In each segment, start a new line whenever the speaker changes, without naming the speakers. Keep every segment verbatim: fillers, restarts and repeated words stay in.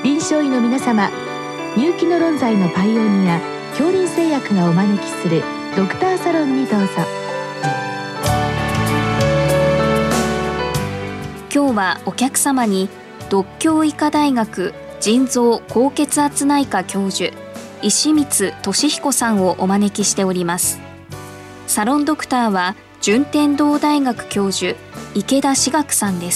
臨床医の皆様、入気の論剤のパイオニア恐林製薬がお招きするドクターサロンにどうぞ。
今日はお客様に獨協医科大学腎臓高血圧内科教授石光俊彦さんをお招きしております。サロンドクターは順天堂大学教授池田志学さんです。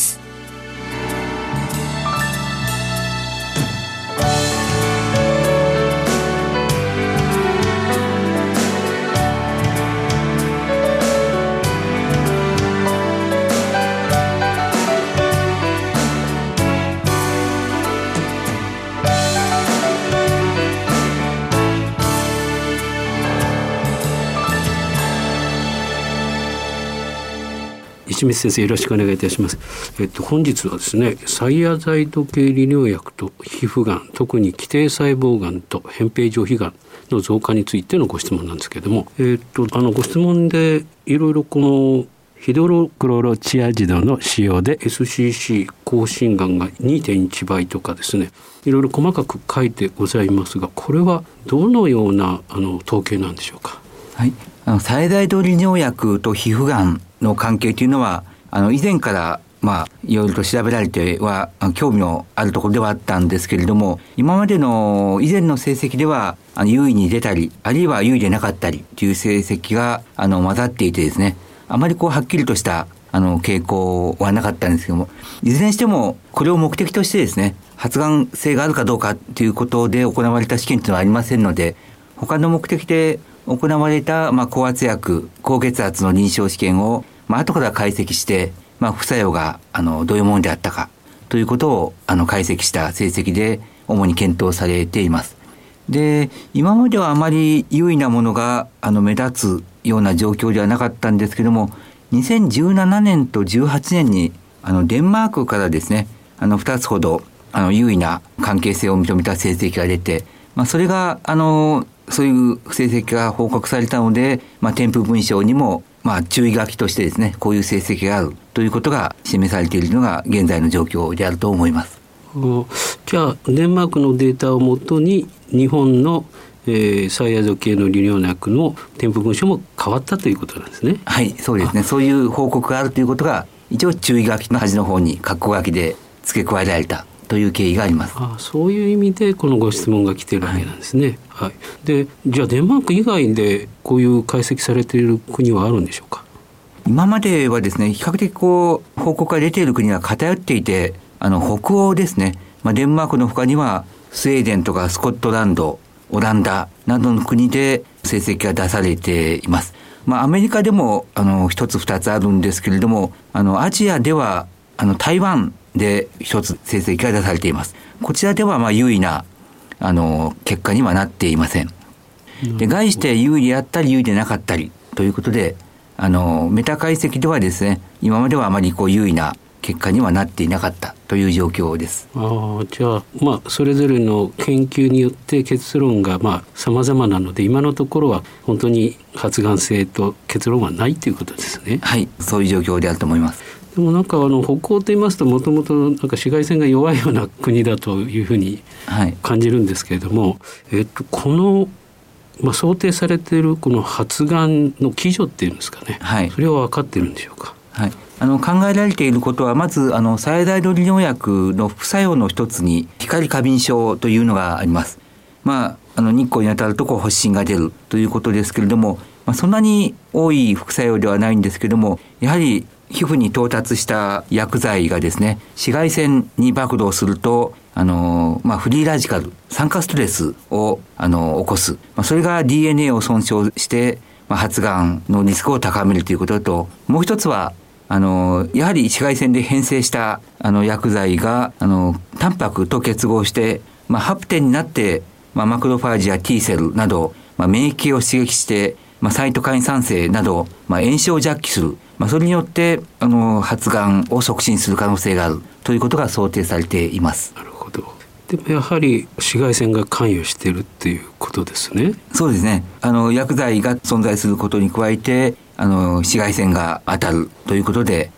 石光先生、よろしくお願いいたします。えっと、本日はですね、サイアザイド系利尿薬と皮膚がん、特に基底細胞がんと扁平上皮がんの増加についてのご質問なんですけれども、えっと、あのご質問でいろいろこのヒドロクロロチアジドの使用で エスシーシー 高心がんが にてんいち 倍とかですね、いろいろ細かく書いてございますが、これはどのようなあの統計なんでしょうか。
はい、あのサイアザイド利尿薬と皮膚がんの関係というのは、あの以前からまあいろいろと調べられては興味のあるところではあったんですけれども、今までの以前の成績ではあの優位に出たり、あるいは優位でなかったりという成績があの混ざっていてですね、あまりこうはっきりとしたあの傾向はなかったんですけども、いずれにしてもこれを目的としてですね、発がん性があるかどうかということで行われた試験というのはありませんので、他の目的で行われた、まあ、高圧薬、高血圧の臨床試験を、まあ、後から解析して、まあ、副作用があのどういうものであったかということをあの解析した成績で主に検討されています。で、今まではあまり優位なものがあの目立つような状況ではなかったんですけども、にせんじゅうななねんとじゅうはちねんにあのデンマークからですね、あのふたつほどあの優位な関係性を認めた成績が出て、まあ、それがあのそういう成績が報告されたので、まあ、添付文章にも、まあ、注意書きとしてですね、こういう成績があるということが示されているのが現在の状況であると思います。
じゃあデンマークのデータをもとに日本の、えー、サイアゾ系の利尿薬の添付文書も変わったということなんですね。
はい、そうですね。そういう報告があるということが一応注意書きの端の方に括弧書きで付け加えられたという経緯があります。
ああ、そういう意味でこのご質問が来ているわけなんですね。はいはい、でじゃあデンマーク以外でこういう解析されている国はあるんでしょうか。
今まではですね、比較的こう報告が出ている国が偏っていて、あの北欧ですね、まあ、デンマークの他にはスウェーデンとかスコットランド、オランダなどの国で成績が出されています。まあ、アメリカでもあの一つ二つあるんですけれども、あのアジアではあの台湾で一つ成績が出されています。こちらではまあ優位なあの結果にはなっていません。で、概して優位であったり優位でなかったりということで、あのメタ解析ではですね、今まではあまりこう優位な結果にはなっていなかったという状況です。
ああ、じゃあ、まあ、それぞれの研究によって結論がまあ様々なので、今のところは本当に発がん性と結論はないということですね。
はい、そういう状況であると思います。
でもなんかあの北欧と言いますと、もともとなんか紫外線が弱いような国だというふうに感じるんですけれども、はい、えっと、この、まあ、想定されているこの発がんの基準っていうんですかね、はい、それは分かっているんでしょうか。
はい、あの考えられていることは、まずあのサイアザイド利尿薬の副作用の一つに光過敏症というのがあります。まあ、あの日光に当たるとこう発疹が出るということですけれども、まあ、そんなに多い副作用ではないんですけれども、やはり皮膚に到達した薬剤がですね、紫外線に暴露すると、あのまあ、フリーラジカル、酸化ストレスをあの起こす、まあ、それが ディーエヌエー を損傷して、まあ、発がんのリスクを高めるということと、もう一つはあのやはり紫外線で変性したあの薬剤があのタンパクと結合して、まあ、ハプテンになって、まあ、マクロファージや T セルなど、まあ、免疫系を刺激して、まあ、サイトカイン酸性など、まあ、炎症を弱気する、まあ、それによってあの発がんを促進する可能性があるということが想定されています。
なるほど。でもやはり紫外線が関与しているっていうことですね。
そうですね。あの薬剤が存在することに加えて、あの紫外線が当たるということで、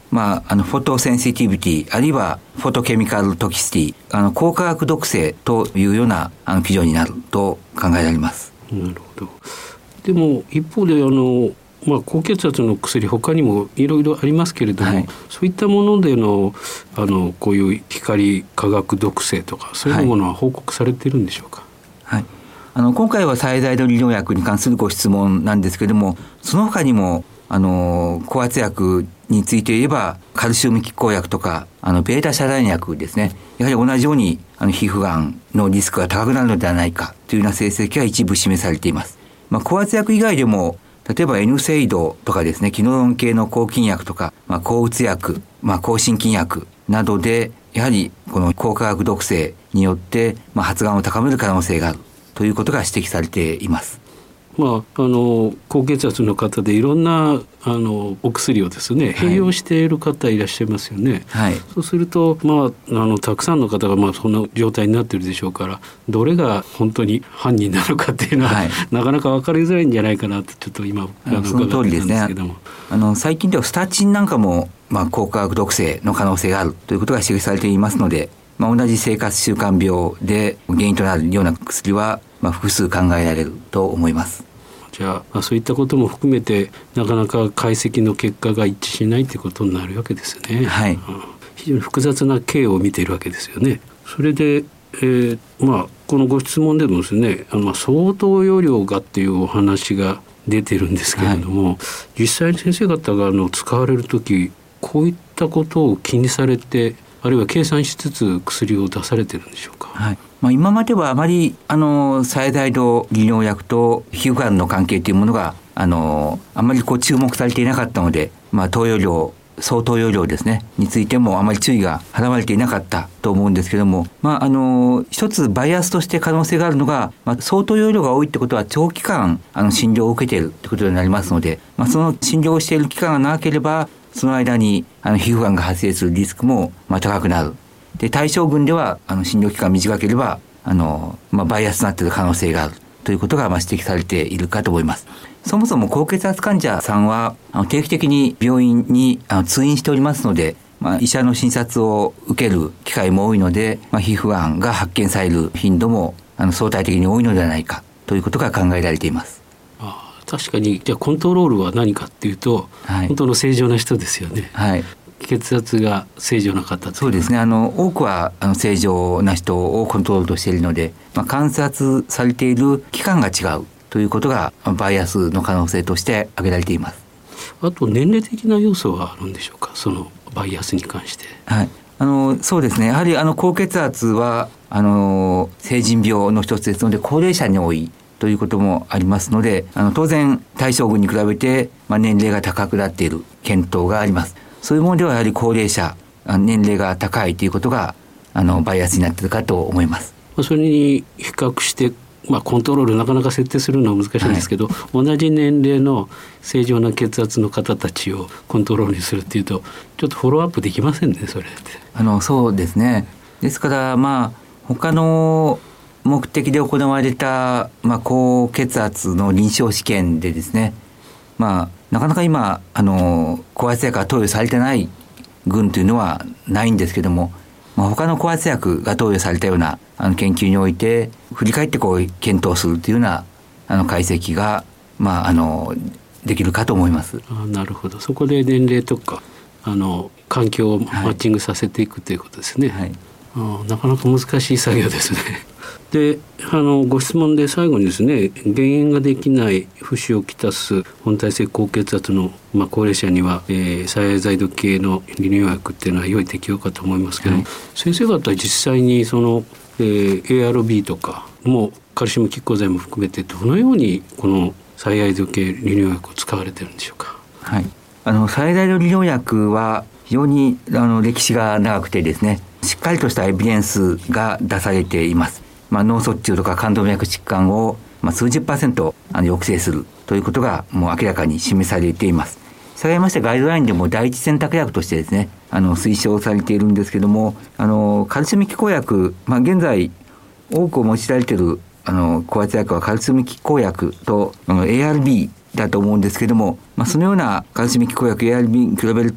まあ、あのフォトセンシティビティあるいはフォトケミカルトキシティ、あの光化学毒性というようなあの基準になると考えられます。
なるほど。でも一方であの、まあ、高血圧の薬他にもいろいろありますけれども、はい、そういったものでの、あのこういう光化学毒性とかそういうものは報告されているんでしょうか。
はい、あの今回は最大度利尿薬に関するご質問なんですけれども、その他にもあの高圧薬について言えばカルシウム拮抗薬とかあのベータ遮断薬ですね、やはり同じようにあの皮膚がんのリスクが高くなるのではないかというような成績が一部示されています。まあ、高圧薬以外でも例えば N セイドとかですね、キノロン系の抗菌薬とか、まあ、抗うつ薬、まあ、抗心筋薬などでやはりこの光化学毒性によって、まあ、発がんを高める可能性があるということが指摘されています。
まあ、あの高血圧の方でいろんなあのお薬をですね併用している方いらっしゃいますよね。はい、そうすると、まあ、あのたくさんの方がまあそんな状態になっているでしょうから、どれが本当に犯人なのかっていうのは、はい、なかなか分かりづらいんじゃないかなとちょっと今あの
その通りですね。あの最近ではスタチンなんかも、まあ、光化学毒性の可能性があるということが指摘されていますので、まあ、同じ生活習慣病で原因となるような薬は、まあ、複数考えられると思います。
じゃあ、まあ、そういったことも含めてなかなか解析の結果が一致しないということになるわけですね。
はい、うん、
非常に複雑な経を見ているわけですよね。それで、えーまあ、このご質問でもですね、あの相当容量がっていうお話が出てるんですけれども、はい、実際に先生方があの使われるときこういったことを気にされて、あるいは計算しつつ薬を出されてるんでしょうか。
はい、まあ、今まではあまりあの最大度利尿薬と皮膚がんの関係というものがあのあまりこう注目されていなかったので、まあ、投与量相当容量ですねについてもあまり注意が払われていなかったと思うんですけども、まあ、あの一つバイアスとして可能性があるのが、まあ、相当容量が多いってことは長期間あの診療を受けているということになりますので、まあ、その診療をしている期間が長ければその間にあの皮膚がんが発生するリスクもまあ高くなる。で対象群ではあの診療期間短ければあの、まあ、バイアスになっている可能性があるということがまあ指摘されているかと思います。そもそも高血圧患者さんはあの定期的に病院にあの通院しておりますので、まあ、医者の診察を受ける機会も多いので、まあ、皮膚がんが発見される頻度もあの相対的に多いのではないかということが考えられています。
ああ、確かに。じゃあコントロールは何かっていうと、はい、本当の正常な人ですよね。はい、血圧が正常な方。
そうですね。あの多くはあの正常な人をコントロールとしているので、まあ、観察されている期間が違うということがバイアスの可能性として挙げられています。
あと年齢的な要素はあるんでしょうか、そのバイアスに関して。
はい、あのそうですね。やはりあの高血圧はあの成人病の一つですので高齢者に多いということもありますので、あの当然対象群に比べて、まあ、年齢が高くなっている検討があります。そういうものではやはり高齢者年齢が高いということがあのバイアスになっているかと思います。
それに比較して、まあ、コントロールなかなか設定するのは難しいんですけど、はい、同じ年齢の正常な血圧の方たちをコントロールにするっていうとちょっとフォローアップできませんね、それって。
あのそうですね。ですからまあ他の目的で行われた、まあ、高血圧の臨床試験でですね、まあ、なかなか今あの高圧薬が投与されてない群というのはないんですけども、まあ、他の高圧薬が投与されたようなあの研究において振り返ってこう検討するというようなあの解析が、まあ、あのできるかと思います。
あ、なるほど。そこで年齢とかあの環境をマッチングさせていくということですね。はい、あ、なかなか難しい作業ですね。で、あのご質問で最後にですね、減塩ができない不死をきたす本体性高血圧の、まあ、高齢者には、えー、最愛剤毒系の利尿薬っていうのは良い適用かと思いますけど、はい、先生方は実際にその、えー、エーアールビー とかもカルシウム拮抗剤も含めてどのようにこの最愛毒系利尿薬を使われてるんでしょうか。
はい、あの最愛の利尿薬は非常にあの歴史が長くてですね、しっかりとしたエビデンスが出されています。まあ、脳卒中とか冠動脈疾患を、まあ、数十パーセントあの抑制するということがもう明らかに示されています。従いましてガイドラインでも第一選択薬としてですね、あの推奨されているんですけども、あのカルシウム拮抗薬、まあ、現在多く用いられているあの高圧薬はカルシウム拮抗薬とあの エーアールビー だと思うんですけども、まあ、そのようなカルシウム拮抗薬 エーアールビー に比べると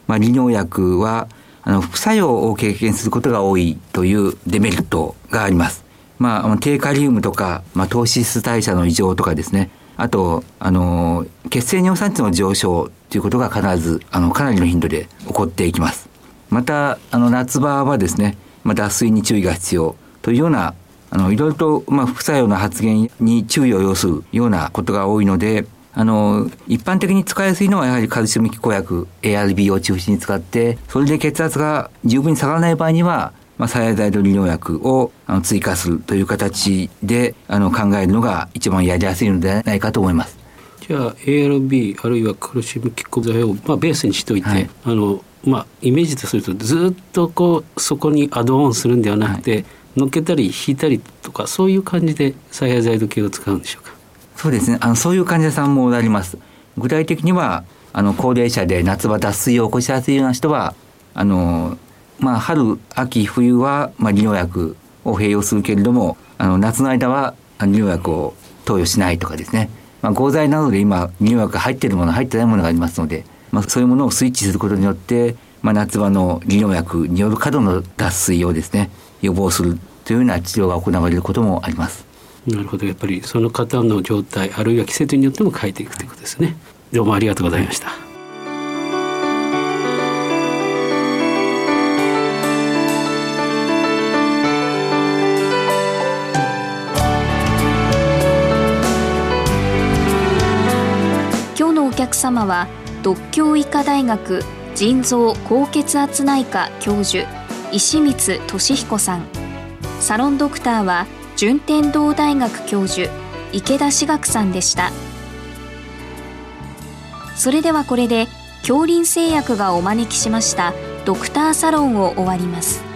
まあ、利尿薬はあの副作用を経験することが多いというデメリットがあります。まあ、低カリウムとか、まあ、糖脂質代謝の異常とかですね、あとあの血清尿酸値の上昇ということが必ずあのかなりの頻度で起こっていきます。またあの夏場はですね、まあ、脱水に注意が必要というようなあのいろいろと、まあ、副作用の発現に注意を要するようなことが多いので、あの一般的に使いやすいのはやはりカルシウム拮抗薬 エーアールビー を中心に使って、それで血圧が十分に下がらない場合には、まあ、サヤザイド利尿薬をあの追加するという形であの考えるのが一番やりやすいのではないかと思います。
じゃあ エーアールビー あるいはカルシウム拮抗剤を、まあ、ベースにしておいて、はい、あのまあ、イメージとするとずっとこうそこにアドオンするんではなくて、はい、乗っけたり引いたりとかそういう感じでサヤザイド系を使うんでしょうか。
そうですね、あのそういう患者さんもおられます。具体的にはあの高齢者で夏場脱水を起こしやすいような人はあの、まあ、春秋冬は、まあ、利尿薬を併用するけれども、あの夏の間は利尿薬を投与しないとかですね、まあ、合剤などで今利尿薬が入っているもの入ってないものがありますので、まあ、そういうものをスイッチすることによって、まあ、夏場の利尿薬による過度の脱水をですね予防するというような治療が行われることもあります。
なるほど、やっぱりその方の状態あるいは季節によっても変えていくということですね。どうもありがとうございました。はい 、
今日のお客様は獨協医科大学腎臓高血圧内科教授石光俊彦さん、サロンドクターは順天堂大学教授池田志学さんでした。それではこれで杏林製薬がお招きしましたドクターサロンを終わります。